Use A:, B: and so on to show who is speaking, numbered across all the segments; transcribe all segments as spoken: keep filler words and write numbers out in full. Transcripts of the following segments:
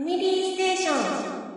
A: ァミリーステーション。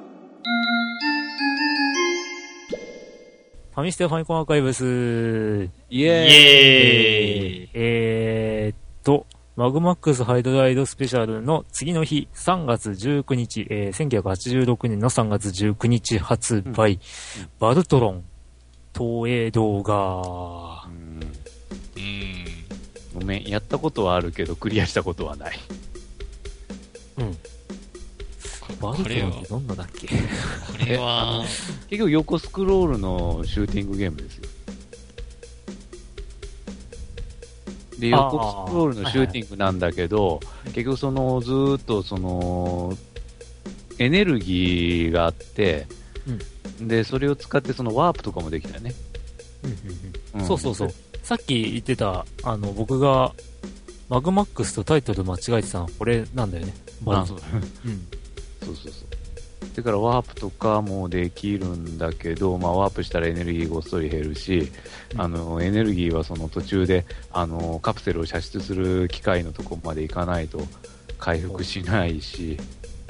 B: ファミステファミコンアーカイブス。イエーイ。
C: イエーイ。
B: えーっと、マグマックスハイドライドスペシャルの次の日、さんがつじゅうくにち、えー、せんきゅうひゃくはちじゅうろくねんのさんがつじゅうくにち発売、うん、バルトロン、東映動画。
C: うん。うん。ごめん、やったことはあるけど、クリアしたことはない。
B: うん。バルトロンってどんなだっけ？
D: これは、
C: 結局横スクロールのシューティングゲームですよ。で、横スクロールのシューティングなんだけど、はいはい、結局その、ずーっとその、エネルギーがあって、うん、で、それを使ってそのワープとかもできたね。
B: うんうんうん、そうそうそう。さっき言ってた、あの、僕が、マグマックスとタイトル間違えてたのはこれなんだよね。
C: ああ、そうだ。うん。そうそうそう。だからワープとかもできるんだけど、まあワープしたらエネルギーごっそり減るし、うん、あの、エネルギーはその途中で、あの、カプセルを射出する機械のとこまで行かないと回復しないし、うん。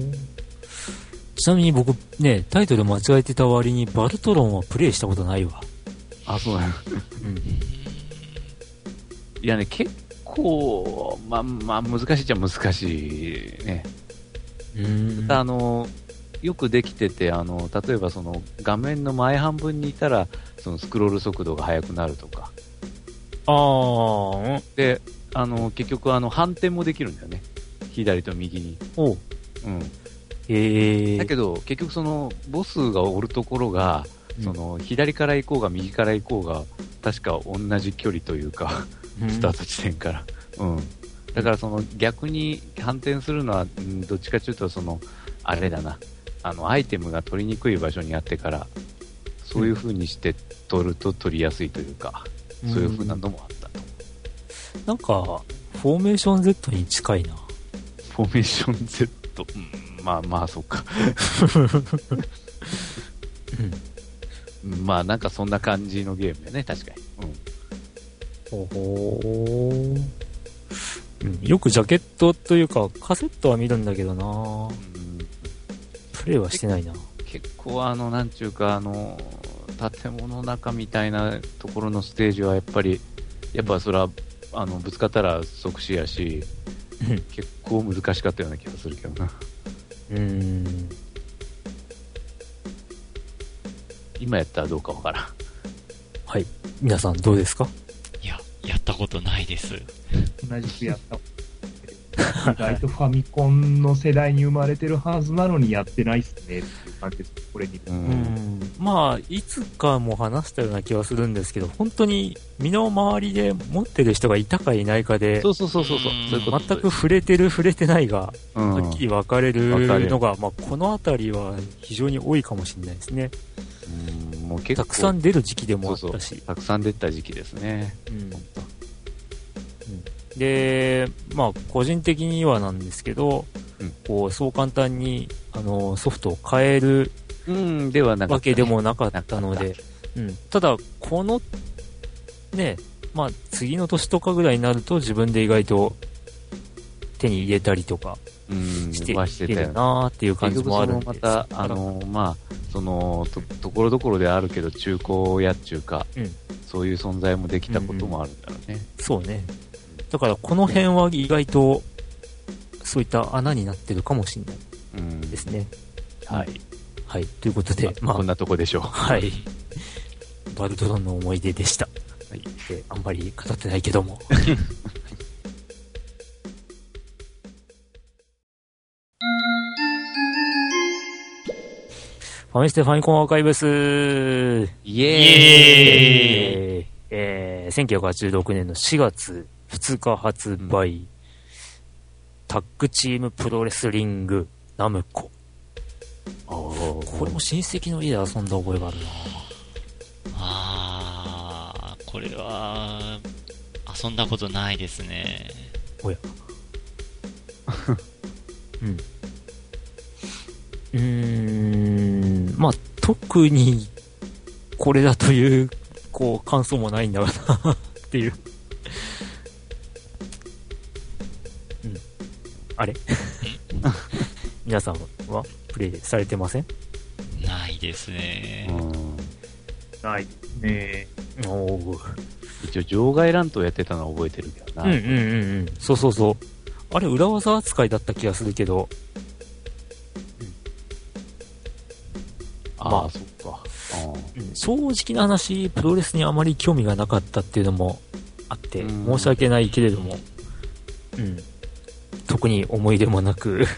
B: ちなみに僕ね、タイトル間違えてた割にバルトロンはプレイしたことないわ。あ、
C: そうなの。うん。いやね、結構、まあ、まあ、難しいっちゃ難しいね。うーん。あの、よくできてて、あの、例えばその画面の前半分にいたら、そのスクロール速度が速くなるとか。
B: ああ。
C: で、あの、結局あの、反転もできるんだよね。左と右に。
B: おう。
C: うん。
B: へえ。
C: だけど、結局その、ボスがおるところが、その、左から行こうが右から行こうが、確か同じ距離というか、スタート地点から。うん。だからその逆に反転するのは、んどっちかというとその、あれだな。あの、アイテムが取りにくい場所にあってから、そういう風にして取ると取りやすいというか、うん、そういう風なのもあったと。
B: なんか、フォーメーション Z に近いな。
C: フォーメーション Z? うん、まあまあ、そっか。うん、まあなんかそんな感じのゲームやね、確かに。うん
B: ほほー、うん、よくジャケットというかカセットは見るんだけどな、うん、プレイはしてないな。
C: 結構あのなんちゅうかあの建物の中みたいなところのステージはやっぱりやっぱそれはあのぶつかったら即死やし、うん、結構難しかったような気がするけどな。うーん、今やったらどうかわからん。
B: はい、皆さんどうですか？
D: いや、やったことないです。
E: 同じくやった。意外とファミコンの世代に生まれてるはずなのにやってないっすねっていう感じです。これに。
B: うん。まあ、いつかも話したような気はするんですけど、本当に身の回りで持ってる人がいたかいないかで、
C: そうそうそうそうそう。
B: 全く触れてる触れてないが、うん、はっきり分かれるのが、まあ、このあたりは非常に多いかもしれないですね。
C: うん、もう結構
B: たくさん出る時期でもあったし。そうそう、
C: たくさん出た時期ですね。うん。
B: で、まあ、個人的にはなんですけど、うん、こう、そう簡単に、あの、ソフトを変える、
C: うん、ではなかった、ね、
B: わけでもなかったので、うん。ただ、この、ね、まあ、次の年とかぐらいになると自分で意外と手に入れたりとかしているなーっていう感じもあるんで。
C: また、あの、まあ、その、と、ところどころであるけど、中古やっちゅうか、うん、そういう存在もできたこともあるんだろうね。
B: うん、そうね。だからこの辺は意外とそういった穴になってるかもしれないですね。
C: うん、はい。
B: はい。ということで、
C: まあ、こんなとこでしょう。
B: はい。バルトロンの思い出でした。はい。で、あんまり語ってないけども。ファミステファミコンアーカイブスイエーイ、
C: イエーイ、
B: えー、せんきゅうひゃくはちじゅうろくねんのしがつふつか発売、うん、タッグチームプロレスリングナムコ。これも親戚の家で遊んだ覚えがあるな。
D: あー、これは遊んだことないですね。
B: おやうんうーん、まあ特にこれだというこう感想もないんだろうなっていう。 あれ皆さんはプレイされてません？
D: ないですね。
C: うん。
E: ないね。
B: おー。
C: 一応、場外乱闘やってたのは覚えてるけどな。
B: うんうんうんうん。そうそうそう。あれ、裏技扱いだった気がするけど。
C: ああ、
B: まあ
C: そっか。
B: うん、正直な話、プロレスにあまり興味がなかったっていうのもあって、
C: うん
B: 申し訳ないけれども、うん。特に思い出もなく、
D: うん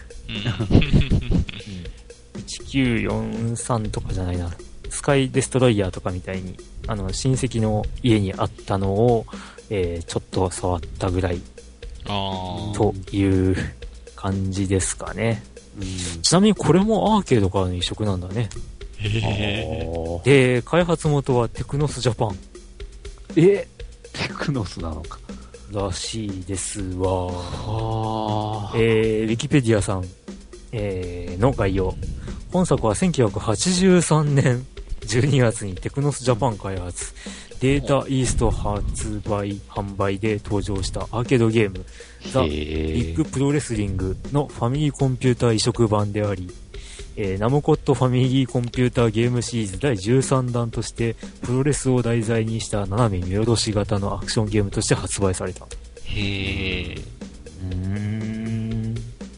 B: いちきゅうよんさんとかじゃないな。スカイデストロイヤーとかみたいに、あの、親戚の家にあったのを、えー、ちょっと触ったぐらい
D: ああ。
B: という感じですかね。
C: うん。
B: ちなみにこれもアーケードからの移植なんだね。
D: へえ。
B: で、開発元はテクノスジャパン
C: えテクノスなのか。
B: らしいですわ。
C: は
B: えー、ウィキペディアさん、えー、の概要。本作はせんきゅうひゃくはちじゅうさんねんじゅうにがつにテクノスジャパン開発、データイースト発売、販売で登場したアーケードゲーム、ザ・ビッグプロレスリングのファミリーコンピューター移植版であり、えー、ナムコットファミリーコンピューターゲームシリーズだいじゅうさんだんとしてプロレスを題材にした斜め見下ろし型のアクションゲームとして発売された。
D: へえ。
B: うーん。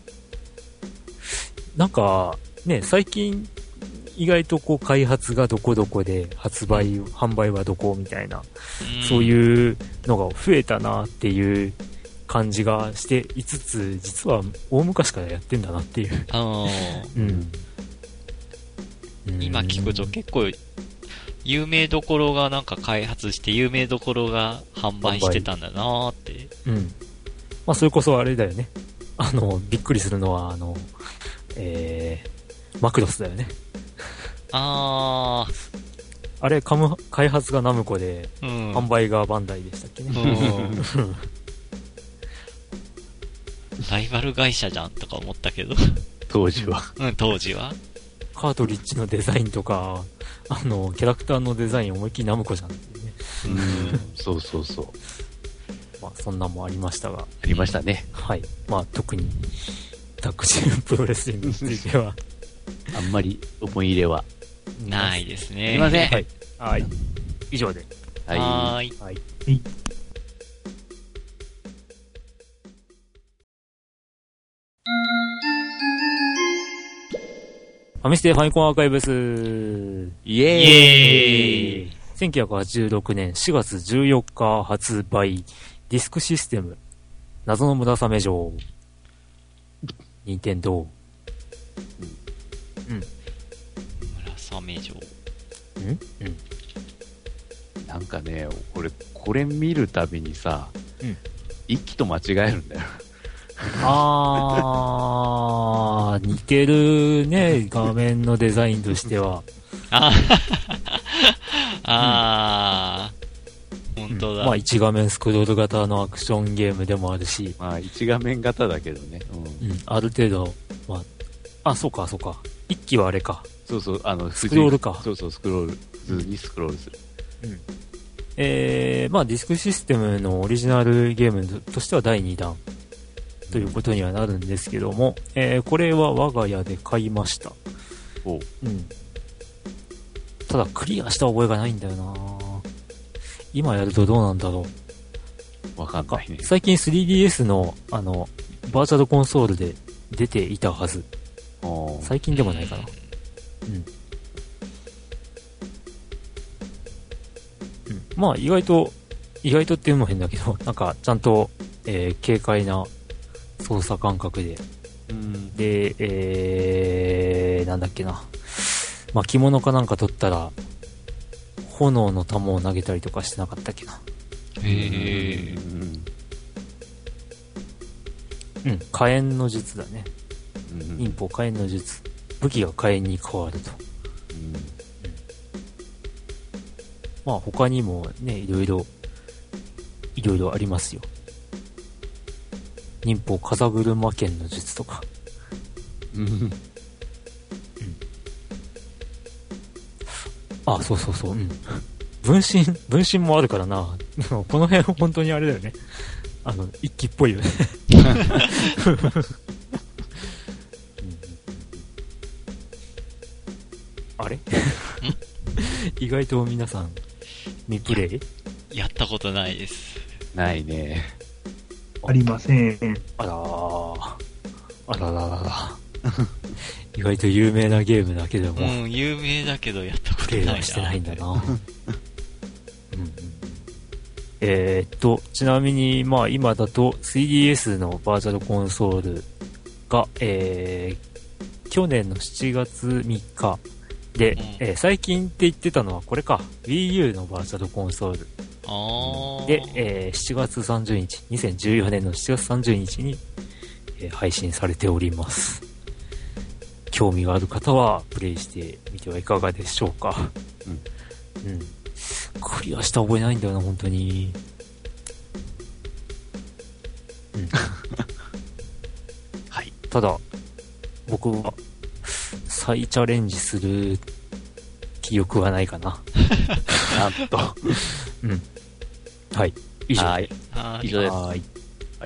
B: なんかね、最近意外とこう開発がどこどこで発売、販売はどこみたいな、そう
D: う
B: いうのが増えたなっていう感じがしていつつ、実は大昔からやってんだなっていう。
D: ん。あ
B: うん。
D: ー今聞くと結構、有名どころがなんか開発して、有名どころが販売してたんだなーって。
B: うん。まあ、それこそあれだよね。あの、びっくりするのは、あの、えー、マクロスだよね。
D: あ
B: あれ、カム、開発がナムコで、
D: ー。うん。
B: 販売がバンダイでしたっけね。
D: うんライバル会社じゃんとか思ったけど。
C: 当時は。
D: うん、当時は。
B: カートリッジのデザインとか、あの、キャラクターのデザイン思いっきりナムコじゃんっていうね。
C: うん。そうそうそう。
B: まあ、そんなんもありましたが。
C: ありましたね。
B: はい。まあ、特に、タッグチームプロレスリングについては、
C: あんまり思い入れは。
D: ないですね。
C: すいません
B: はい。はい。以上で。
C: はい。
D: はーい。
B: はい。ファミステファミコンアーカイブス。
C: イエ
D: イ
C: ーイ。
D: エーイ。
B: せんきゅうひゃくはちじゅうろくねんしがつじゅうよっか発売。ディスクシステム。謎の村雨城。任天堂。うん。
D: 村雨城。
B: うんうん。
C: なんかね、俺、これ見るたびにさ、
B: うん
C: 一気と間違えるんだよ。
B: あー、似てるね、画面のデザインとしては。
D: ああ、あー、本当だ。
B: まあ一画面スクロール型のアクションゲームでもあるし、
C: まあ、一画面型だけどね。うん。
B: うん、ある程度、まあ、あ、そうかそうか。一機はあれか。
C: そうそう、あの、
B: スクロールか
C: そうそう、スクロール。普通にスクロールする。
B: うん。えー、まあディスクシステムのオリジナルゲームとしてはだいにだんということにはなるんですけども、えー、これは我が家で買いました。
C: おう。
B: うん。ただクリアした覚えがないんだよな今やるとどうなんだろう。
C: わかんないね。
B: 最近 スリーディーエス の、あの、バーチャルコンソールで出ていたはず。
C: おう
B: 最近でもないかな。うん。うん。まあ、意外と、意外とっていうのも変だけど、なんか、ちゃんと、えー、軽快な操作感覚で。
C: うん。
B: で、えー、なんだっけな。まあ、着物かなんか取ったら、炎の玉を投げたりとかしてなかったっけな。
D: へえ。
C: うん。
B: うん、火炎の術だね。
C: うん。
B: 忍法火炎の術。武器が火炎に変わると。
C: うん。
B: まあ他にもね、いろいろ、いろいろありますよ。忍法風車剣の術とか。
C: うん。
B: あ、そうそうそう、うん。分身、分身もあるからな。この辺本当にあれだよね。あの、一気っぽいよね。 あれ意外と皆さん、未プレイ
D: やったことないです。
C: ないね。
E: ありません。
B: あらー。あらららら。意外と有名なゲームだけでも。
D: うん、有名だけどやったこと
B: プレイ
D: ないな。
B: はしてないんだな。うんうん、えー、っと、ちなみに、まあ今だと スリーディーエス のバーチャルコンソールが、えー、去年のしちがつみっかで、うん、えー、最近って言ってたのはこれか。Wii U のバーチャルコンソール。
D: あ
B: で、えー、しちがつさんじゅうにち、にせんじゅうよねんのしちがつさんじゅうにちに、えー、配信されております。興味がある方はプレイしてみてはいかがでしょうか。うん。うん。クリアした覚えないんだよな、本当に。うん。はい。ただ、僕は再チャレンジする気力はないかな。
C: なんと。
B: うん。はい。以上。
C: はい。以上です。
B: はい。はい。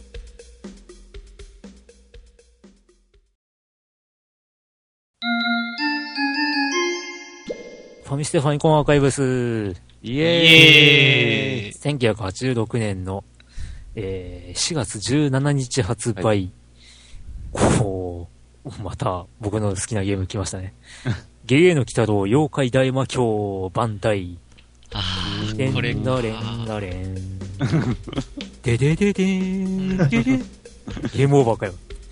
B: ファミステファミコンアーカイブス。
C: イエーイ。
B: せんきゅうひゃくはちじゅうろくねんの、えー、しがつじゅうしちにち発売。はい、こう、また僕の好きなゲーム来ましたね。ゲゲゲの鬼太郎妖怪大魔教バンダイ。
D: あ
B: ー、これだれんだれん。ででででーん。でで。ゲームオーバーかよ。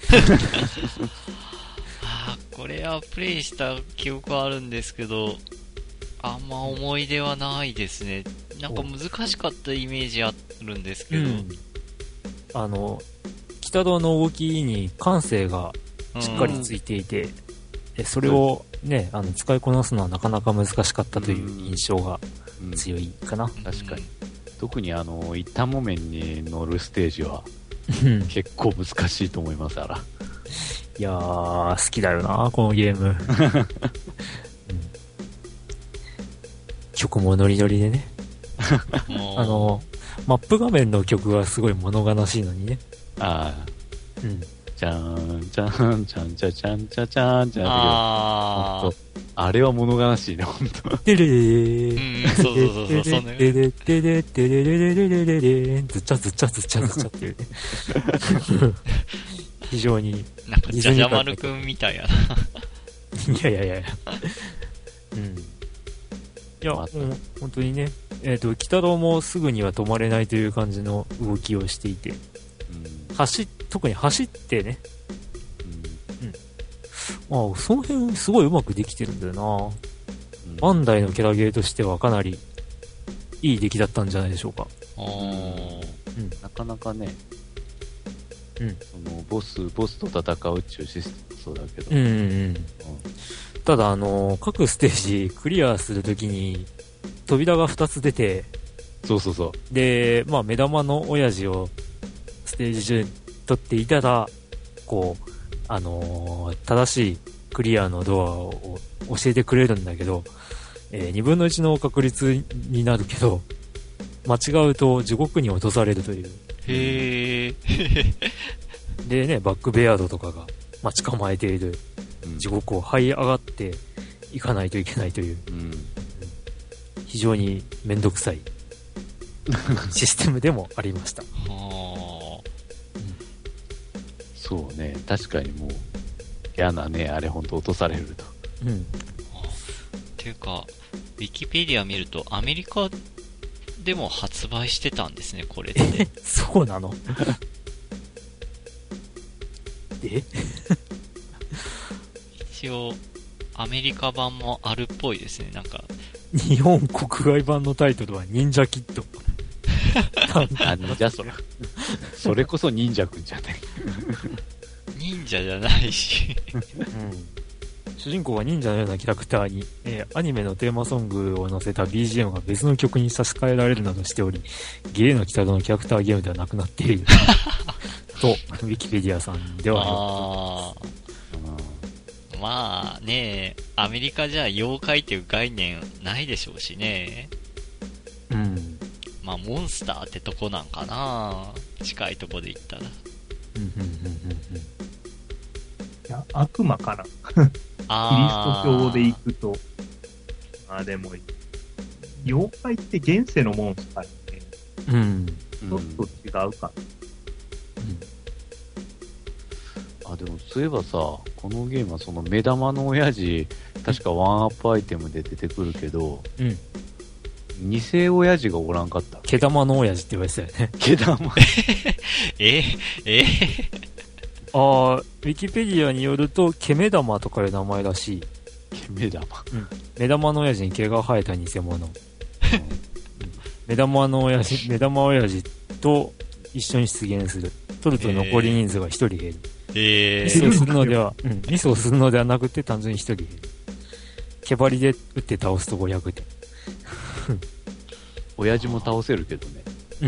D: あー、これはプレイした記憶はあるんですけど、あんま思い出はないですね。なんか難しかったイメージあるんですけど。うん、
B: あの、鬼太郎の動きに感性がしっかりついていて、うん、それをね、あの使いこなすのはなかなか難しかったという印象が強いかな。
C: うんうん、確かに。特にあの、一反木綿に乗るステージは結構難しいと思いますから。
B: いやー、好きだよな、このゲーム。曲もノリノリでね。あの、マップ画面の曲がすごい物悲しいのにね。
C: ああ。
B: うん。
C: じゃーん、じゃーん、じゃんじゃじゃんじゃじゃーん、じゃーん。
D: あ
C: あれは物悲しいね、ほんと。
B: てれー。
D: うん、そうそうそうそう、そんな。
B: てれてれてれれれれれれれずっちゃずっちゃずっちゃずっちゃっていうね。非常に。
D: なんか、じゃじゃ丸くんみたいやな。
B: いやいやいやいや。うん。いや、もう本当にね、えっと、鬼太郎もすぐには止まれないという感じの動きをしていて、うん、走、特に走ってね、うん。うん。ああ、その辺すごい上手くできてるんだよな、うん、バンダイのキャラゲーとしてはかなりいい出来だったんじゃないでしょうか。
C: うん。なかなかね、
B: うん。
C: その、ボス、ボスと戦うっていうシステムもそうだけど、
B: うんうんうん。うんただ、あの、各ステージクリアするときに、扉がふたつ出て、
C: そうそうそう。
B: で、まあ、目玉の親父をステージ中に取っていたら、こう、あのー、正しいクリアのドアを教えてくれるんだけど、えー、にぶんのいちの確率になるけど、間違うと地獄に落とされるという。
D: へー。
B: でね、バックベアードとかが待ち構えている。地獄を這い上がっていかないといけないという、うん、非常にめんどくさいシステムでもありました
D: は、
C: うん、そうね確かにもう嫌なねあれ本当落とされると、
B: うん、
D: っていうかウィキペディア見るとアメリカでも発売してたんですねこれって
B: そうなのえ
D: 一応アメリカ版もあるっぽいですねなんか
B: 日本国外版のタイトルは忍者キット
C: なんじゃそれそれこそ忍者くんじゃない
D: 忍者じゃないし、
B: うん、主人公は忍者のようなキャラクターに、えー、アニメのテーマソングを載せた ビージーエム が別の曲に差し替えられるなどしておりゲーの鬼太郎のキャラクターゲームではなくなっているとウィキペディアさんでは
D: あまあねアメリカじゃ妖怪っていう概念ないでしょうしね
B: うん
D: まあモンスターってとこなんかな近いとこで言ったら
B: うんうんうんうんうんい
E: や悪魔かなリスト表でいくと。ああ、でも、妖怪って現世のモンスターって、うん。ちょっと違うかな。うん。
C: あ、でもそういえばさ、このゲームはその目玉の親父、確かワンアップアイテムで出てくるけど、うん。偽親父がおらんかった。
B: 毛玉の親父って言われてたよね。
C: 毛玉
D: ええ
B: ああ、ウィキペディアによると、毛目玉とかいう名前らしい。
C: 毛目玉、
B: うん、目玉の親父に毛が生えた偽物。うん、目玉の親父、目玉親父と一緒に出現する。取ると残り人数が一人減る。
D: えー、
B: ミスをするのでは、うん、ミスをするのではなくて単純に一人減る。毛針で打って倒すとごひゃくてん。
C: 親父も倒せるけどね。
B: うん。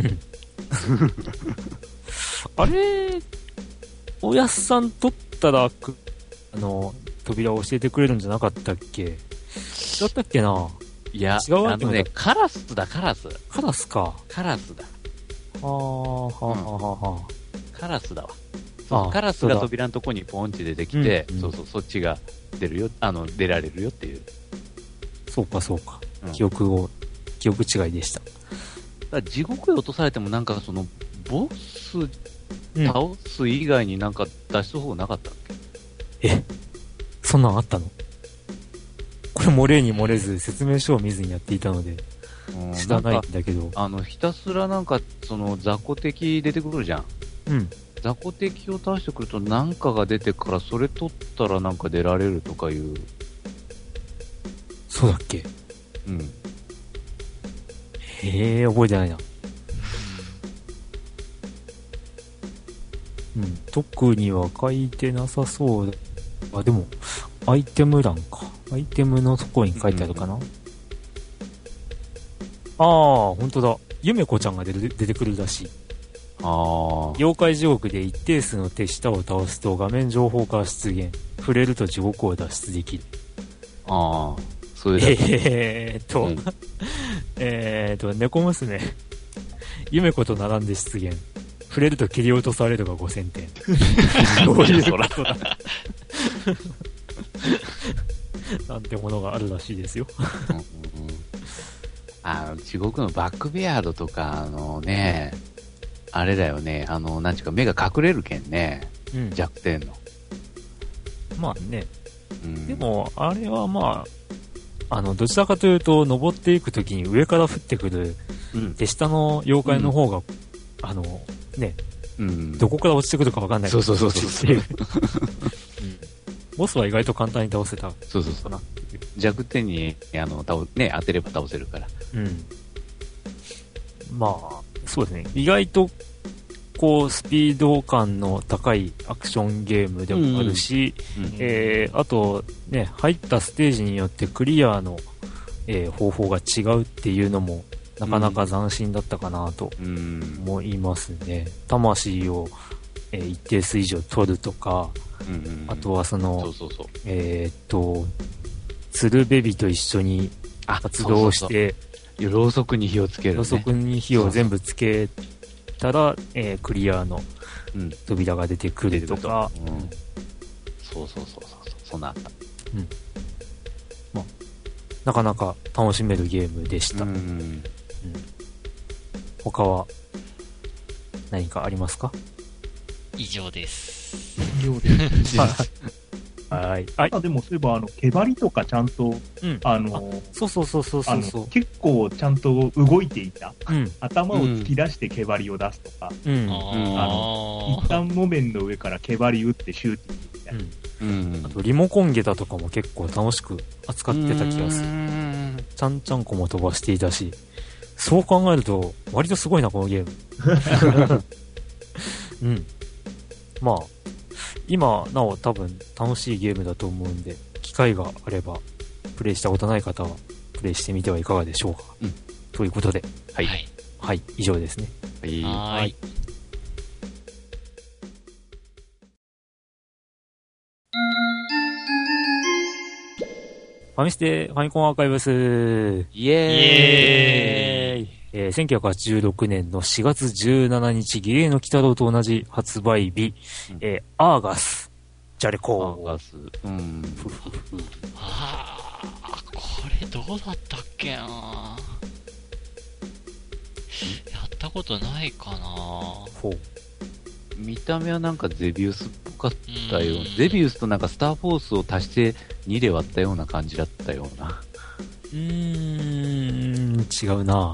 B: あれ、おやっさん取ったら、あの、扉を教えてくれるんじゃなかったっけ？違ったっけな？
C: いや、違うあのね、カラスだ、カラス。
B: カラスか。
C: カラスだ。
B: はあ、はあ、はあ、は
C: あ。カラスだわ。そう、カラスが扉のとこにポンチ出てきて、うんうん、そうそう、そっちが出るよ、あの、出られるよっていう。
B: そうか、そうか。うん、記憶を、記憶違いでした。
C: だ地獄へ落とされてもなんかその、ボス、倒す以外になんか脱出方法なかったっ
B: け？え？そんなんあったの？これ漏れに漏れず説明書を見ずにやっていたので、うん、知らないんだけど。
C: あの、ひたすらなんか、その、雑魚敵出てくるじゃん。
B: うん。
C: 雑魚敵を倒してくるとなんかが出てから、それ取ったらなんか出られるとかいう。
B: そうだっけ？
C: うん。
B: へえ、覚えてないな。うん、特には書いてなさそうだ。あ、でも、アイテム欄か。アイテムのとこに書いてあるかな。うんうんうん、ああ、ほんとだ。ゆめこちゃんが出る出てくるらしい。
C: ああ。
B: 妖怪地獄で一定数の手下を倒すと画面情報が出現。触れると地獄を脱出できる。
C: ああ、そういうだ。
B: えーっと、うん、えーっと、猫娘。ゆめこと並んで出現。触れると切り落とされるがごせんてん。どういうことだなんてものがあるらしいですよ。うんうん、
C: あの、地獄のバックベアードとか、あのね、あれだよね、あの、なんちゅうか目が隠れるけんね、うん、弱点の。
B: まあね、うん、でも、あれはまあ、あの、どちらかというと、登っていくときに上から降ってくる、手下の妖怪の方が、うん、あの、ね、うん、どこから落ちてくるか分かんない。
C: そうそうそうそう。うん、
B: ボスは意外と簡単に倒せた。
C: そうそうそう。弱点にあの倒、ね、当てれば倒せるから。
B: うん。まあ、そうですね。意外と、こう、スピード感の高いアクションゲームでもあるし、うんうん、えー、あと、ね、入ったステージによってクリアの、えー、方法が違うっていうのも、なかなか斬新だったかなと思いますね。魂を、えー、一定数以上取るとか、うんうんうん、あとはその、
C: そうそうそう、
B: えー、っと、鶴瓶と一緒に発動して、
C: そうそうそう、ろうそくに火をつける、ね。
B: ろうそくに火を全部つけたら、えー、クリアの扉が出てくるとか。
C: うんうん、そうそうそうそう、そんなあった。うん。
B: まあ、なかなか楽しめるゲームでした。うんうん、他は何かありますか？
D: 以上です。
E: 以上です。
B: はい。はい。
E: あ、でもそういえば、あの、毛針とかちゃんと、うん、あの、
B: あ、そうそうそうそうそうそう。
E: 結構ちゃんと動いていた。うん、頭を突き出して毛針を出すとか、うん、あの、一旦木綿の上から毛針打ってシューティングみたいな。
B: うんうん、あとリモコンゲタとかも結構楽しく扱ってた気がする。ちゃんちゃんこも飛ばしていたし、そう考えると割とすごいなこのゲーム。うん。まあ今なお多分楽しいゲームだと思うんで、機会があればプレイしたことない方はプレイしてみてはいかがでしょうか。うん、ということで、
C: はい、
B: はい、以上ですね。
C: はい。
D: はい。
B: ファミステファミコンアーカイブス、イエーイ、
C: イエーイ、
B: えー、せんきゅうひゃくはちじゅうろくねんのしがつじゅうしちにち、ゲゲゲの鬼太郎と同じ発売日、うん、えー、アーガスじゃれこ
C: ー。ガス。うん。ふふふ。
D: ああ、これどうだったっけな。やったことないかな。ほう。
C: 見た目はなんかゼビウスっぽかったような。ゼビウスとなんかスターフォースを足してにで割ったような感じだったような。
B: うーん、違うな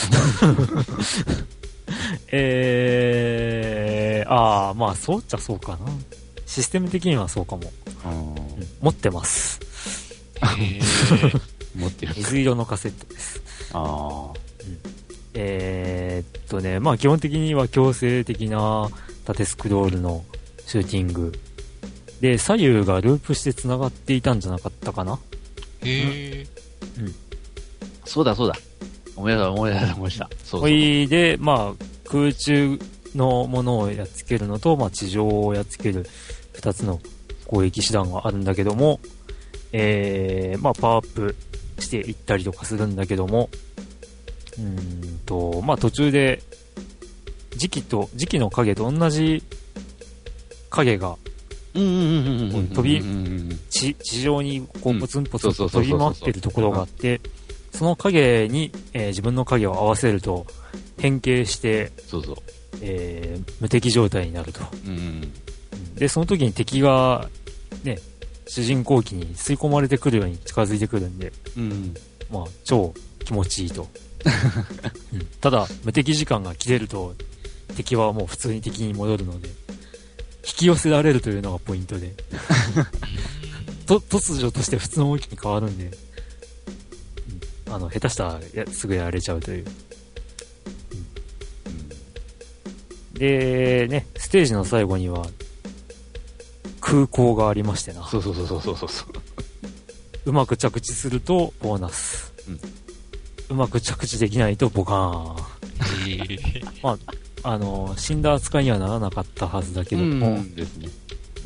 B: えー、ああ、まあそうっちゃそうかな。システム的にはそうかも。うん、持ってます。
C: へー持ってる。
B: 水色のカセットです。
C: ああ、うん。
B: えー、っとね、まあ基本的には強制的な縦スクロールのシューティング。で、左右がループして繋がっていたんじゃなかったかな。
D: へ
B: ー。うん。
C: そうだそうだ。思い出した思い出した思い出した。そうそう。
B: ほいで、まあ空中のものをやっつけるのと、まあ地上をやっつける二つの攻撃手段があるんだけども、えー、まあパワーアップしていったりとかするんだけども、うーんと、まあ途中で、時期と、時期の影と同じ影が、飛び、地、地上にこうポツンポツンと飛び回っているところがあって、その影に、えー、自分の影を合わせると、変形して、
C: そうそう。
B: えー、無敵状態になると。
C: うん、
B: で、その時に敵が、ね、主人公機に吸い込まれてくるように近づいてくるんで、
C: うん、
B: まあ、超気持ちいいと。うん、ただ、無敵時間が切れると、敵はもう普通に敵に戻るので、引き寄せられるというのがポイントで、と突如として普通の動きに変わるんで、うん、あの、下手したらやすぐやられちゃうという。うん、で、ね、ステージの最後には、空港がありましてな。
C: そうそうそうそうそうそう。
B: うまく着地するとボーナス。うん、うまく着地できないとボカーン。まあ、あの、死んだ扱いにはならなかったはずだけども。
C: うんですね。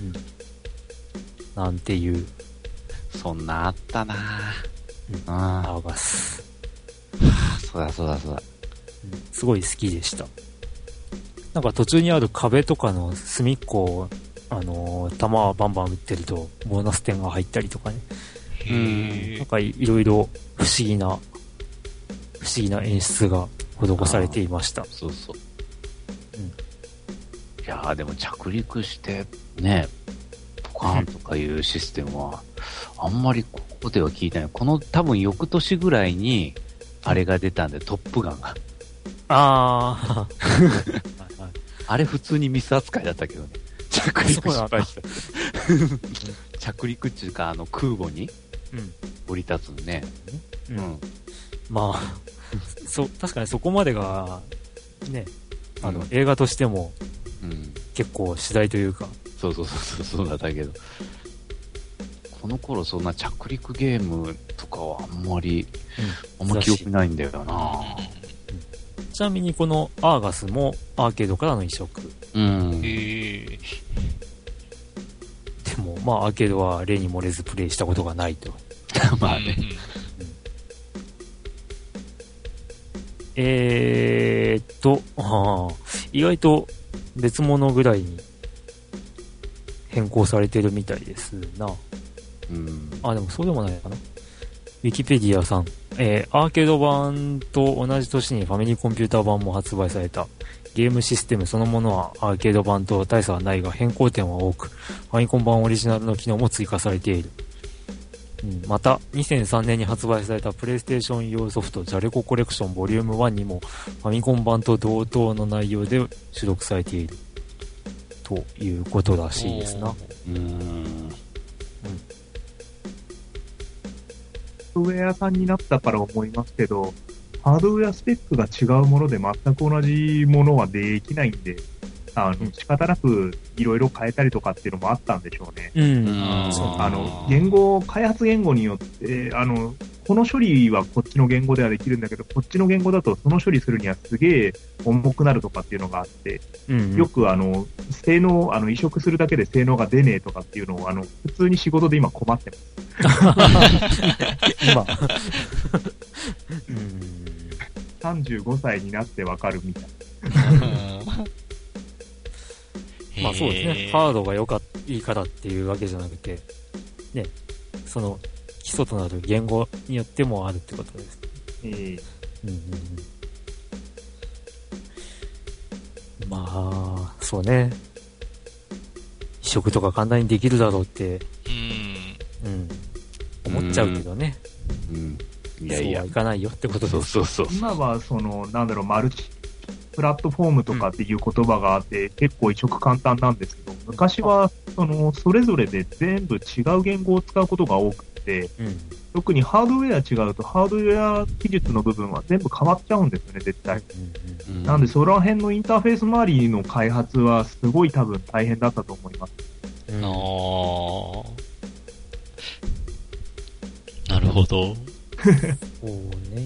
B: うん。なんていう。
C: そんなあったなぁ。
B: うん。ああ、ガス。
C: はあ、そうだそうだそうだ、
B: うん。すごい好きでした。なんか途中にある壁とかの隅っこを、あのー、弾をバンバン撃ってると、ボーナス点が入ったりとかね。
D: へー。
B: なんかいろいろ不思議な、不思議な演出が施されていました。
C: そうそう。うん、いやーでも着陸してね、ポカーンとかいうシステムは、あんまりここでは聞いてない。この多分翌年ぐらいに、あれが出たんで、トップガンが。
B: あー。
C: あれ普通にミス扱いだったけどね。着陸失敗した。着陸っていうか、あの空母に降り立つのね。
B: うん。うん、まあ、そ、確かにそこまでが、ね、あの、うん、映画としても、うん、結構次第というか。
C: そうそうそうそう、そうだったけど。この頃そんな着陸ゲームとかはあんまり、うん、あんま記憶ないんだよな、
B: うん、ちなみにこのアーガスもアーケードからの移植。
C: うん。
D: へ
B: でも、まあアーケードは例に漏れずプレイしたことがないと。
C: まあね。うん、
B: えーっと、あ意外と別物ぐらいに変更されてるみたいですな。
C: うん、
B: あ、でもそうでもないかな。ウィキペディアさん、えー、アーケード版と同じ年にファミリーコンピューター版も発売された。ゲームシステムそのものはアーケード版と大差はないが変更点は多く、ファミコン版オリジナルの機能も追加されている。うん、また、にせんさんねんに発売されたプレイステーション用ソフト、ジャレココレクションボリュームワンにもファミコン版と同等の内容で収録されている。ということらしいですな。
C: うーん。うん。
E: ソフトウェアさんになったから思いますけど、ハードウェアスペックが違うもので全く同じものはできないんで、あの、仕方なくいろいろ変えたりとかっていうのもあったんでしょうね。
B: うん。
E: あの、言語、開発言語によって、あの、この処理はこっちの言語ではできるんだけど、こっちの言語だとその処理するにはすげえ重くなるとかっていうのがあって、うんうん、よくあの、性能、あの、移植するだけで性能が出ねえとかっていうのを、あの、普通に仕事で今困ってます。今。うん、さんじゅうごさいになってわかるみたいな。
B: まあそうですね。ハードが良か、 いいからっていうわけじゃなくて、ね、その基礎となる言語によってもあるってことです。えー、うんうんうん。まあ、そうね。移植とか簡単にできるだろうって、うん、うん、思っちゃうけどね。うん。うん、いやいや。そうはいかないよってことです。
E: そうそうそう。今はその、なんだろう、マルチプラットフォームとかっていう言葉があって、うん、結構移植簡単なんですけど、昔はそのそれぞれで全部違う言語を使うことが多くて、うん、特にハードウェア違うとハードウェア技術の部分は全部変わっちゃうんですよね、絶対。うんうん、なんでその辺のインターフェース周りの開発はすごい多分大変だったと思います。
D: うん、ああ。なるほど。そうね。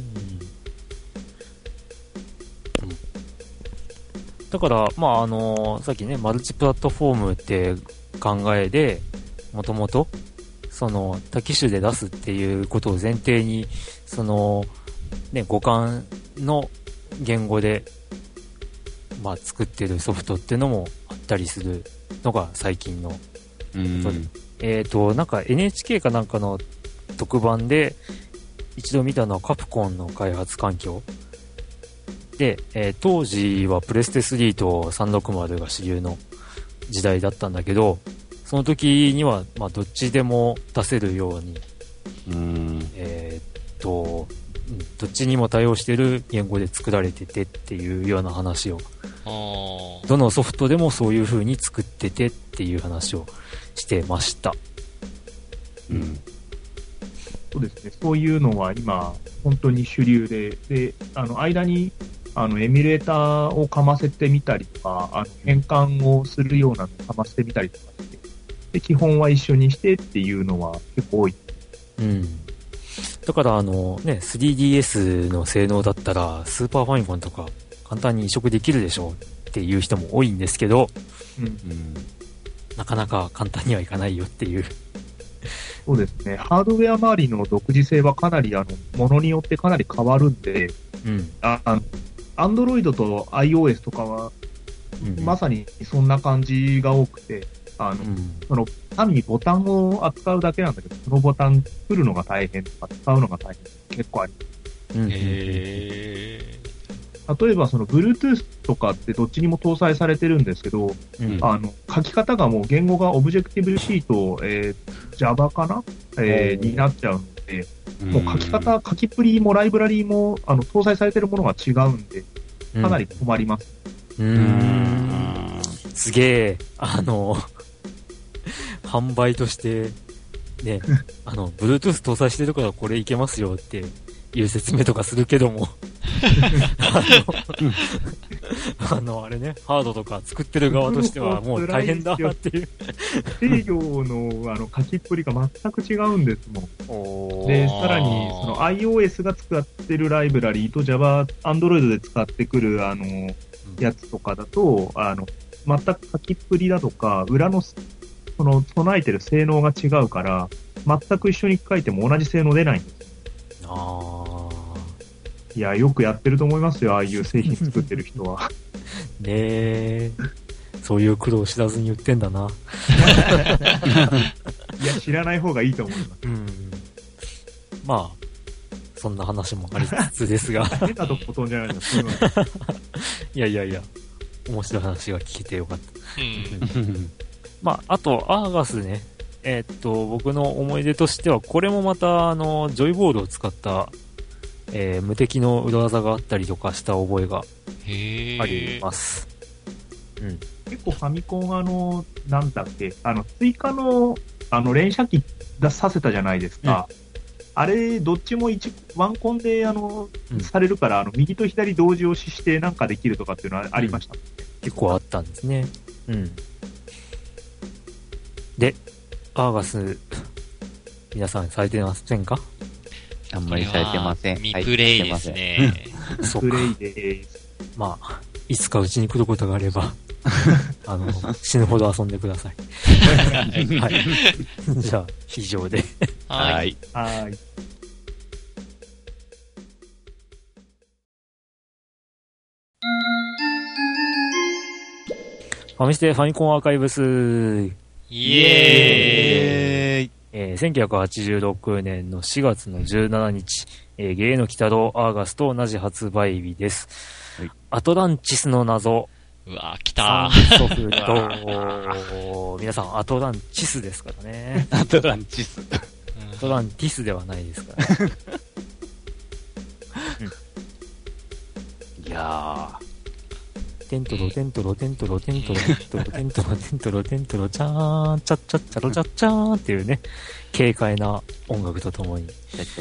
B: だから、まあ、あのー、さっきね、マルチプラットフォームって考えで、もともと、その、多機種で出すっていうことを前提に、その、ね、互換の言語で、まあ、作ってるソフトっていうのもあったりするのが最近のことで。えっと、なんか エヌエイチケー かなんかの特番で、一度見たのはカプコンの開発環境。で、えー、当時はプレステスリーとさんびゃくろくじゅうが主流の時代だったんだけど、その時には、まあ、どっちでも出せるように、うーんえー、っと、どっちにも対応している言語で作られててっていうような話を、どのソフトでもそういう風に作っててっていう話をしてました。
E: うん。そうですね。そういうのは今、本当に主流で、で、あの、間に、あの、エミュレーターをかませてみたりとか、あの、変換をするようなのをかませてみたりとかして、で、基本は一緒にしてっていうのは結構多い。
B: うん。だからあのね、スリーディーエス の性能だったら、スーパーファミコンとか簡単に移植できるでしょうっていう人も多いんですけど、うんうん、なかなか簡単にはいかないよっていう。
E: そうですね。ハードウェア周りの独自性はかなり、あの、ものによってかなり変わるんで、うん。あ、あの、Android と iOS とかは、うんうん、まさにそんな感じが多くて、あの、うん、その、単にボタンを扱うだけなんだけど、そのボタン作るのが大変とか、使うのが大変結構あります。うん、へー。例えば、その、Bluetooth とかってどっちにも搭載されてるんですけど、うん、あの、書き方がもう言語が Objective-C と、えー、Java かな、えー、になっちゃうので、もう書き方、書きっぷりもライブラリーも、あの、搭載されてるものが違うんで、かなり困ります。うん。うーん
B: すげえ、あの、販売として、ね、あの、Bluetooth 搭載してるからこれいけますよっていう説明とかするけども、あの、あの、あれね、ハードとか作ってる側としてはもう大変だっていう。
E: 制御のあの書きっぷりが全く違うんですもん。で、さらに、その iOS が使ってるライブラリーと Java、Android で使ってくる、あの、やつとかだと、あの、全く書きっぷりだとか、裏の、その、備えてる性能が違うから、全く一緒に書いても同じ性能出ないんです。ああ。いや、よくやってると思いますよ、ああいう製品作ってる人は。
B: ねえ。そういう苦労を知らずに言ってんだな。
E: いや、知らない方がいいと思います。うん。
B: まあ、そんな話もありつつですが。
E: 出たとこ飛んじゃないの、すごい。
B: いやいやいや、面白い話が聞けてよかった。うん、まあ、あと、アーガスね。えー、っと、僕の思い出としては、これもまた、あの、ジョイボールを使った、えー、無敵の裏技があったりとかした覚えがあります。
E: うん。結構ファミコン、あの、なんだっけ、あの、追加の、あの、連射機出させたじゃないですか。うん、あれ、どっちも一、ワンコンで、あの、うん、されるから、あの、右と左同時押ししてなんかできるとかっていうのはありました、ね
B: うん、結構あったんですね。うん。で、アーガス、皆さんされてませんか？
C: あんまりされてません。
D: 未プレイですね。
B: そうか。プレイです。まあ、いつかうちに来ることがあれば、あの、死ぬほど遊んでください。はい。じゃあ、以上で。
D: はい。
E: はい。
B: ファミステファミコンアーカイブス。
D: イエーイ。
B: えー、せんきゅうひゃくはちじゅうろくねんのしがつのじゅうしちにち、えー、ゲイの鬼太郎アーガスと同じ発売日です。はい、アトランチスの謎。
D: うわー、来た
B: ー。ソフト。皆さん、アトランチスですからね。
C: アトランチス。
B: アトランティスではないですから、ね。
C: うん、いやー。
B: テントロテントロテントロテントロテントロテントロテントロテントロチャーンチャッチャッチャロチャッチャーンっていうね、軽快な音楽とともに。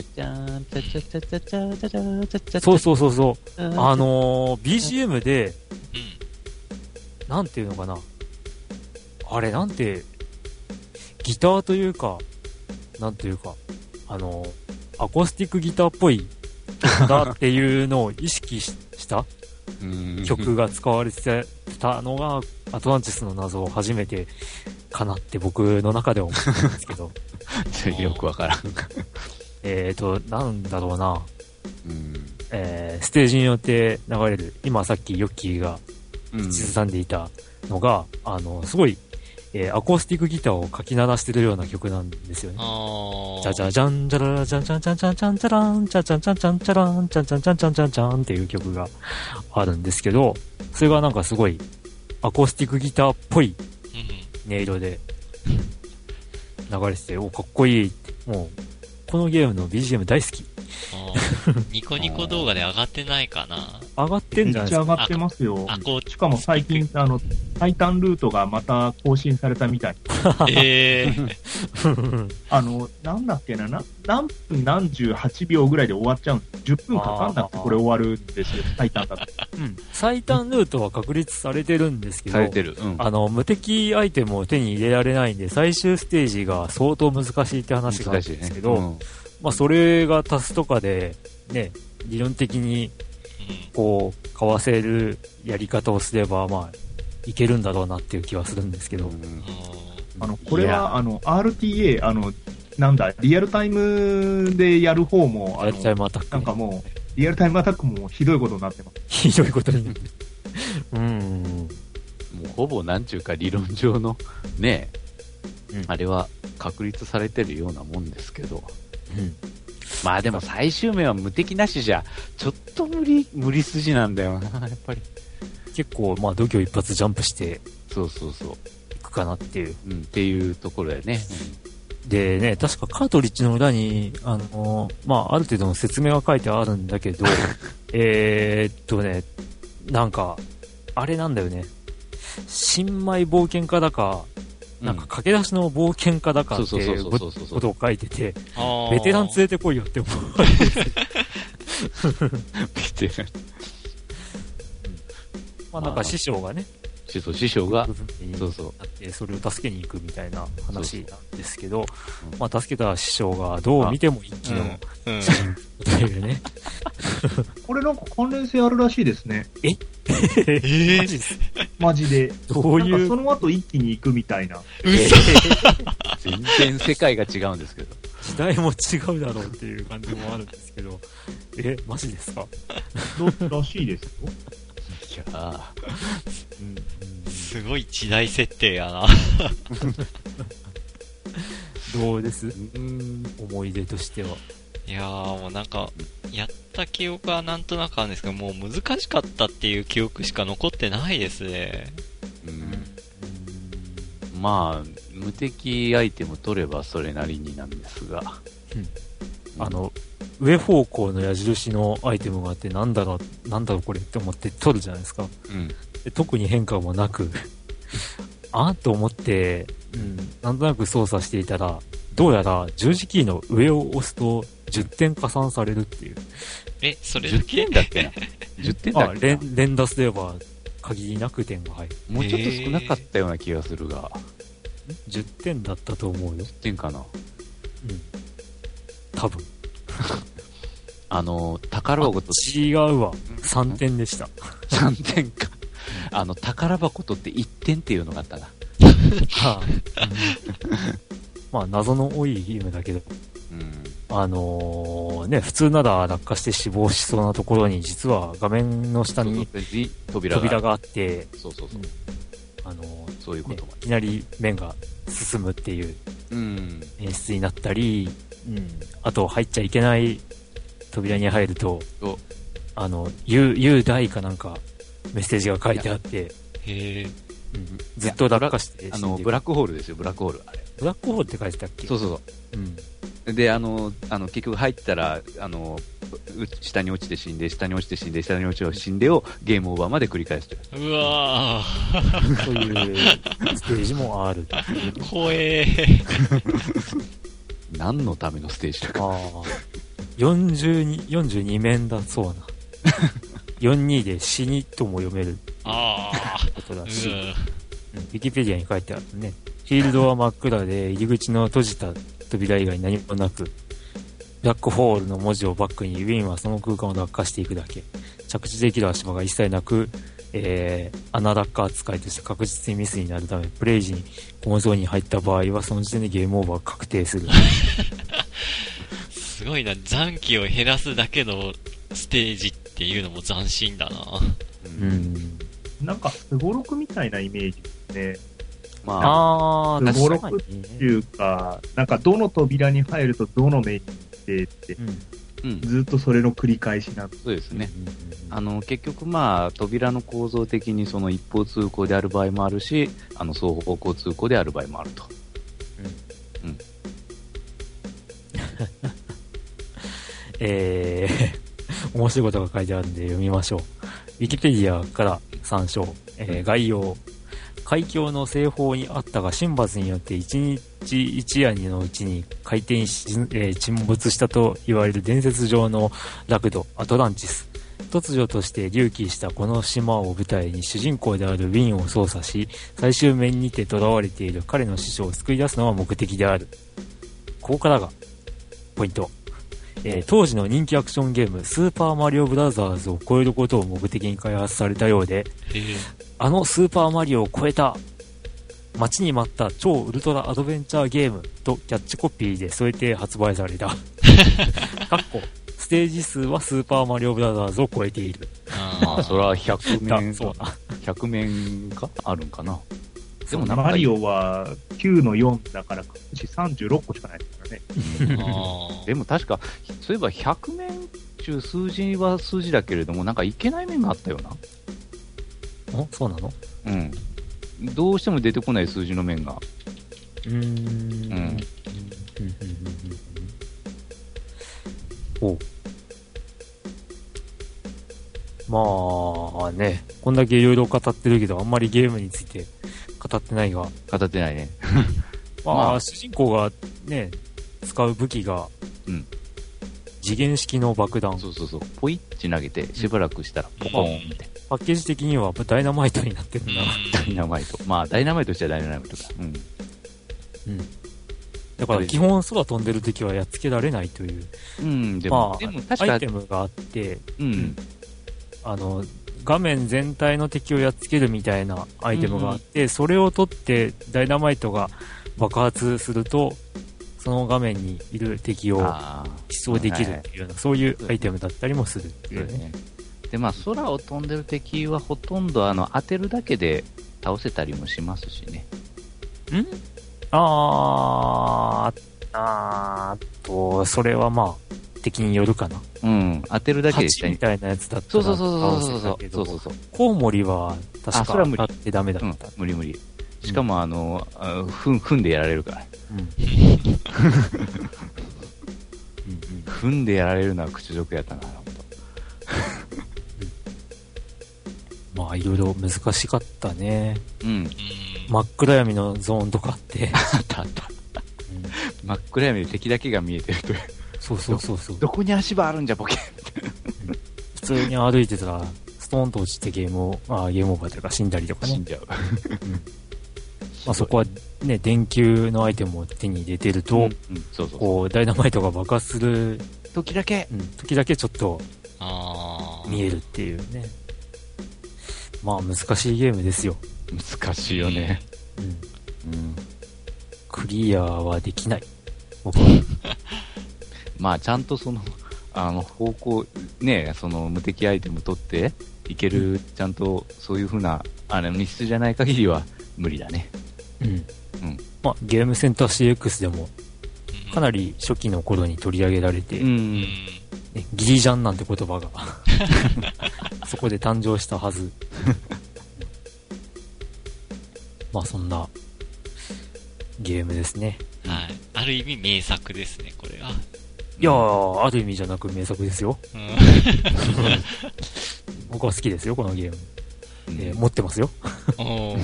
B: そうそうそうそう。あのー、ビージーエム で、なんていうのかな。あれなんて、ギターというか、なんというか、あのー、アコースティックギターっぽいだっていうのを意識した曲が使われてたのがアトランティスの謎を初めてかなって僕の中では思ったんですけど
C: よくわからん
B: えっとなんだろうな、うんえー、ステージによって流れる今さっきヨッキーが口ずさんでいたのが、うん、あのすごいえー、アコースティックギターをかき鳴らしてるような曲なんですよね。じゃじゃじゃんじゃららじゃんじゃんじゃんじゃんじゃんじゃらんじゃじゃんじゃんじゃんじゃらんじゃんじゃんじゃんじゃんじゃんじゃんっていう曲があるんですけど、それがなんかすごいアコースティックギターっぽい音色で流れてて、お、かっこいいって。もう、このゲームの ビージーエム 大好き。
D: ニコニコ動画で上がってないかな。
B: 上がってんじゃないですか。
E: めっちゃ上がってますよ。しかも最近、あの、タイタンルートがまた更新されたみたい。
D: えー、
E: あの、なんだっけな、な何分何十はちびょうぐらいで終わっちゃうんです。じゅっぷんかかんなくてこれ終わるんですよ、タイタンだと。
B: うん。最短ルートは確立されてるんですけど、
C: されてる。うん、
B: あの、無敵アイテムを手に入れられないんで、最終ステージが相当難しいって話があるんですけど、ねうん、まあ、それが足すとかで、ね、理論的に、こう、かわせるやり方をすれば、まあ、いけるんだろうなっていう気はするんですけど。うん、
E: あの、これは、あの、アールティーエー、あの、なんだ、リアルタイムでやる方も、
B: リアルタイムアタック、ね、
E: なんかもう、リアルタイムアタックもひどいことになってます。
B: ひどいことになってうん。も
C: うほぼなんちゅうか理論上の、ね、うん、あれは確立されてるようなもんですけど。うん。まあでも最終面は無敵なしじゃ、ちょっと無理、無理筋なんだよな、やっぱり。
B: 結構、まあ度胸一発ジャンプして、
C: そうそうそう。
B: いくかなっていう。
C: うん、っていうところだよね。
B: うん、でね、確かカートリッジの裏に、あのー、まあある程度の説明が書いてあるんだけど、えーっとね、なんか、あれなんだよね。新米冒険家だか、なんか駆け出しの冒険家だかっていうことを書いてて、ベテラン連れてこいよって思う。
C: ベテラン。
B: まあなんか師匠がね、
C: 師匠師匠が、
B: そうそう。それを助けに行くみたいな話なんですけど、まあ助けた師匠がどう見ても一気の主人公というね。
E: これなんか関連性あるらしいですね。
B: え
E: えマジです。マジで。
B: どういう。
E: なんかその後一気に行くみたいな。
C: 全然世界が違うんですけど。
B: 時代も違うだろうっていう感じもあるんですけど。え、マジですか？
E: どらしいですよ。
C: いやー、
D: うん、すごい時代設定やな。
B: どうです？うん、思い出としては。
D: いやーもうなんか、やった記憶はなんとなくあるんですけど、もう難しかったっていう記憶しか残ってないですね。
C: うん。うん、まあ、無敵アイテム取ればそれなりになんですが。
B: うん、あの、上方向の矢印のアイテムがあって、なんだろう、なんだろうこれって思って取るじゃないですか。うん、で特に変化もなく、あーと思って、うん、なんとなく操作していたら、どうやら十字キーの上を押すとじゅってん加算されるっていう。
D: え、それだけ？
C: じゅってんだっけな。じゅってんだっけな。
B: あ、連、連打すれば限りなく点が入る。
C: もうちょっと少なかったような気がするが。
B: じゅってんだったと思うよ。
C: じゅってんかな。うん。
B: 多分。
C: あの、宝箱と。
B: 違うわ。さんてんでした。
C: さんてんか。あの、宝箱とっていってんっていうのがあったな。はあ、
B: まあ、謎の多いゲームだけど、うん、あのー、ね、普通なら落下して死亡しそうなところに、実は画面の下に扉があって、
C: そうそうそう。
B: ああの、
C: そういうことも、
B: ね、いきなり面が進むっていう演出になったり、うん、あと入っちゃいけない扉に入ると、あの、雄、雄大かなんかメッセージが書いてあって、
D: へー、
B: うん、ずっと落下して
C: あの、ブラックホールですよ、ブラックホール。あれ
B: ブラックホールって書いてたっけ？
C: そうそうそう。うん。で、あの、あの、結局入ったら、あの、下に落ちて死んで、下に落ちて死んで、下に落ちて死んでをゲームオーバーまで繰り返すという。
D: うわー。
B: そういうステージもある。
D: 怖えー。
C: 何のためのステージだか。
B: ああ。よんじゅうに、よんじゅうに面だそうな。よんじゅうにで死にとも読めることだし、うん、ウィキペディアに書いてあるね。フィールドは真っ暗で入り口の閉じた扉以外何もなく、ブラックホールの文字をバックにウィンはその空間を落下していくだけ。着地できる足場が一切なく、えー、穴落下扱いとして確実にミスになるため、プレイ時にこのゾーンに入った場合はその時点でゲームオーバーが確定する。
D: すごいな、残機を減らすだけのステージっていうのも斬新だな。
B: うん。
E: なんかスゴロクみたいなイメージですね。
B: まあ、あ
E: スゴロクっていうか、なんかどの扉に入るとどの面に行ってって、うん、ずっとそれの繰り返しなんです。
C: そうですね。あの、結局まあ、扉の構造的にその一方通行である場合もあるし、あの、双方向通行である場合もあると。うん。うん。
B: えー、面白いことが書いてあるんで読みましょう。ウィキペディアから参照。えー、概要。海峡の西方にあったが神罰によって一日一夜のうちに海底し、えー、沈没したと言われる伝説上のラクドアトランティス。突如として隆起したこの島を舞台に主人公であるウィンを操作し、最終面にて囚われている彼の師匠を救い出すのが目的である。ここからがポイント。えー、当時の人気アクションゲームスーパーマリオブラザーズを超えることを目的に開発されたようで、あのスーパーマリオを超えた待ちに待った超ウルトラアドベンチャーゲームとキャッチコピーで添えて発売された。かっこステージ数はスーパーマリオブラザーズを超えている。
C: ああ、それはひゃく面、
B: そうだ。
C: ひゃく面かあるんかな。
E: でもマリオはきゅうのよんだから各地さんじゅうろっこしかないですからね。
C: あでも確か、そういえばひゃく面中数字は数字だけれども、なんかいけない面があったよな。
B: あ、そうなの？
C: うん。どうしても出てこない数字の面が。
B: うーん。うん。おう。まあね、こんだけいろいろ語ってるけど、あんまりゲームについて語ってないが。
C: 語ってないね。
B: まあ、まあ、主人公がね、使う武器が、うん。次元式の爆弾。
C: そうそうそう。ポイッチ投げて、しばらくしたらポコーンって。
B: パッケージ的にはダイナマイトになってるんだ。
C: ダイナマイト。まあ、ダイナマイトしちゃダイナマイトか。うん。
B: うん。だから基本空飛んでる敵はやっつけられないという。
C: うん、でも、まあ、でも確か
B: アイテムがあって、
C: うん。
B: あの、画面全体の敵をやっつけるみたいなアイテムがあって、うんうん、それを取ってダイナマイトが爆発すると、その画面にいる敵を死傷できるっていうような、そういうアイテムだったりもするっていうね。
C: で、まあ、空を飛んでる敵はほとんどあの当てるだけで倒せたりもしますしね。
B: んあー、あーと、それはまあ、敵によるかな。
C: うん、当てるだけで
B: ハチみたいなやつだったら
C: そうそうそうそうそうそうそうそう。
B: コウモリは確か当たってダメだった。
C: うん、無理無理。しかもあの、うん、ふん、踏んでやられるから。うん。踏んでやられるのは屈辱やったな、ほんと。
B: まあ、いろいろ難しかったね。
C: うん。
B: 真っ暗闇のゾーンとかあって。
C: あったあった。うん、真っ暗闇で敵だけが見えてるという。
B: そうそうそうそう。
C: どこに足場あるんじゃ、ボケ。
B: 普通に歩いてたら、ストーンと落ちてゲームを、あゲームオーバーというか死んだりとかね。
C: 死んじゃう。うん、
B: まあそこはね、電球のアイテムを手に入れてると、うんうん、そうそうこう、ダイナマイトが爆発する
C: 時だけ、
B: うん、時だけちょっと、見えるっていうね。まあ難しいゲームですよ。
C: 難しいよね。
B: うん。うん、クリアはできない。僕は。
C: まあちゃんとその、あの、方向、ね、その無敵アイテム取っていける、うん、ちゃんとそういう風な、あれ、密室じゃない限りは無理だね。
B: うん。うん。まあ、ゲームセンター シーエックス でも、かなり初期の頃に取り上げられて、うん、ね、ギリジャンなんて言葉が、そこで誕生したはず。まあ、そんな、ゲームですね。
D: はい。ある意味名作ですね、これは。
B: いやー、ある意味じゃなく名作ですよ。うん、僕は好きですよ、このゲーム。うん、えー、持ってますよ。お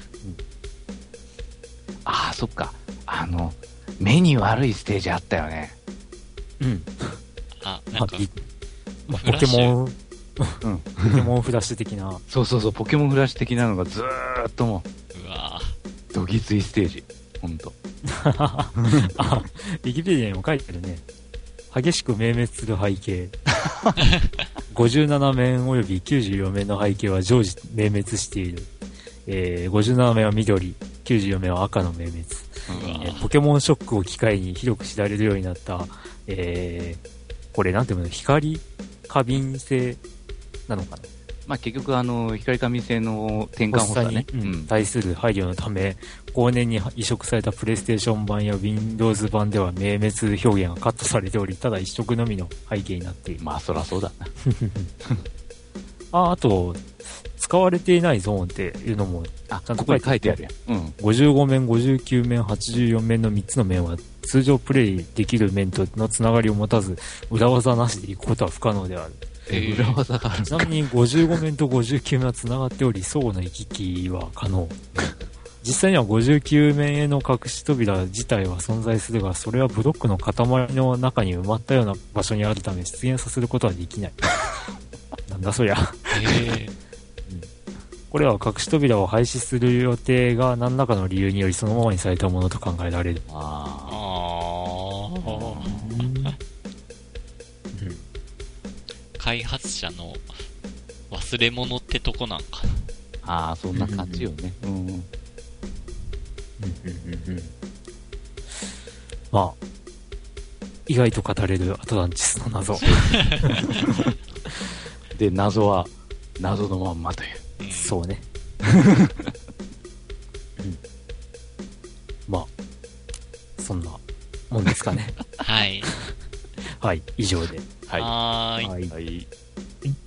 C: ああ、そっか。あの、目に悪いステージあったよね。
B: うん。
D: あ、なんか、
B: まあ、ポケモン、うん、ポケモンフラッシュ的な。
C: そうそうそう、ポケモンフラッシュ的なのがずーっともう、
D: うわ
C: どぎついステージ。ほんと。
B: あ、ウィキペディアにも書いてるね。激しく明滅する背景。ごじゅうなな面及びきゅうじゅうよん面の背景は常時明滅している。えー、ごじゅうなな面は緑、きゅうじゅうよん面は赤の明滅。えー、ポケモンショックを機会に広く知られるようになった、えー、これなんていうの、光過敏性なのかな。
C: まあ、結局あの光過敏性の転換発作ね、
B: うん、対する配慮のため後年に移植されたプレイステーション版や Windows 版では明滅表現がカットされており、ただ一色のみの背景になっている。
C: まあそらそうだな。
B: ああと使われていないゾーンっていうのもちゃんと書いてある。
C: 書いてあるやん、うん、
B: ごじゅうご面、ごじゅうきゅう面、はちじゅうよん面のみっつの面は通常プレイできる面とのつながりを持たず裏技なしで行くことは不可能である。
C: えー、裏技がある。
B: ちなみにごじゅうご面とごじゅうきゅう面はつながっており相互の行き来は可能。実際にはごじゅうきゅう面への隠し扉自体は存在するが、それはブロックの塊の中に埋まったような場所にあるため出現させることはできない。なんだそりゃ。えーうん、これは隠し扉を廃止する予定が何らかの理由によりそのままにされたものと考えられる。ああ。
D: 開発者の忘れ物ってとこなんか
C: な。ああ、そんな感じよね。うん。うんうんうん
B: うん。まあ、意外と語れるアトランティスの謎。
C: で、謎は謎のまんまという。
B: うん、そうね。うん、まあ、そんなもんですかね。
D: はい。
B: はい、以上で。
C: はい。
D: はーい。
B: はい。
C: はい。